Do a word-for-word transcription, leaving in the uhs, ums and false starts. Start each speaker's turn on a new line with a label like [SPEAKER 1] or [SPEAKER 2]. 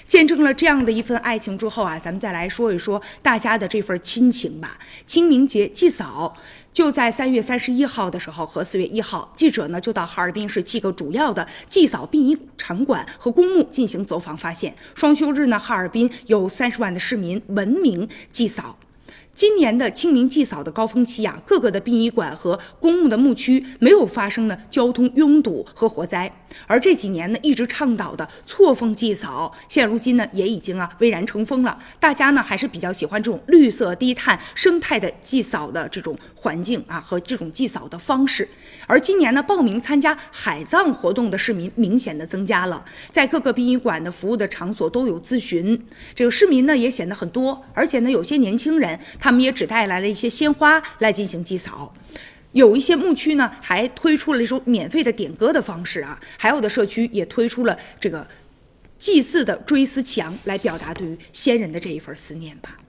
[SPEAKER 1] 见证了这样的一份爱情之后啊，咱们再来说一说大家的这份亲情吧。清明节祭扫就在三月三十一号的时候和四月一号，记者呢就到哈尔滨市七个主要的祭扫殡仪场馆和公墓进行走访，发现双休日呢，哈尔滨有三十万的市民文明祭扫。今年的清明祭扫的高峰期啊，各个的殡仪馆和公墓的墓区没有发生呢交通拥堵和火灾，而这几年呢一直倡导的错峰祭扫，现如今呢也已经啊蔚然成风了。大家呢还是比较喜欢这种绿色低碳生态的祭扫的这种环境啊和这种祭扫的方式。而今年呢，报名参加海葬活动的市民明显的增加了，在各个殡仪馆的服务的场所都有咨询，这个市民呢也显得很多，而且呢有些年轻人他们也只带来了一些鲜花来进行祭扫。有一些牧区呢还推出了这种免费的点歌的方式啊，还有的社区也推出了这个祭祀的追思墙，来表达对于先人的这一份思念吧。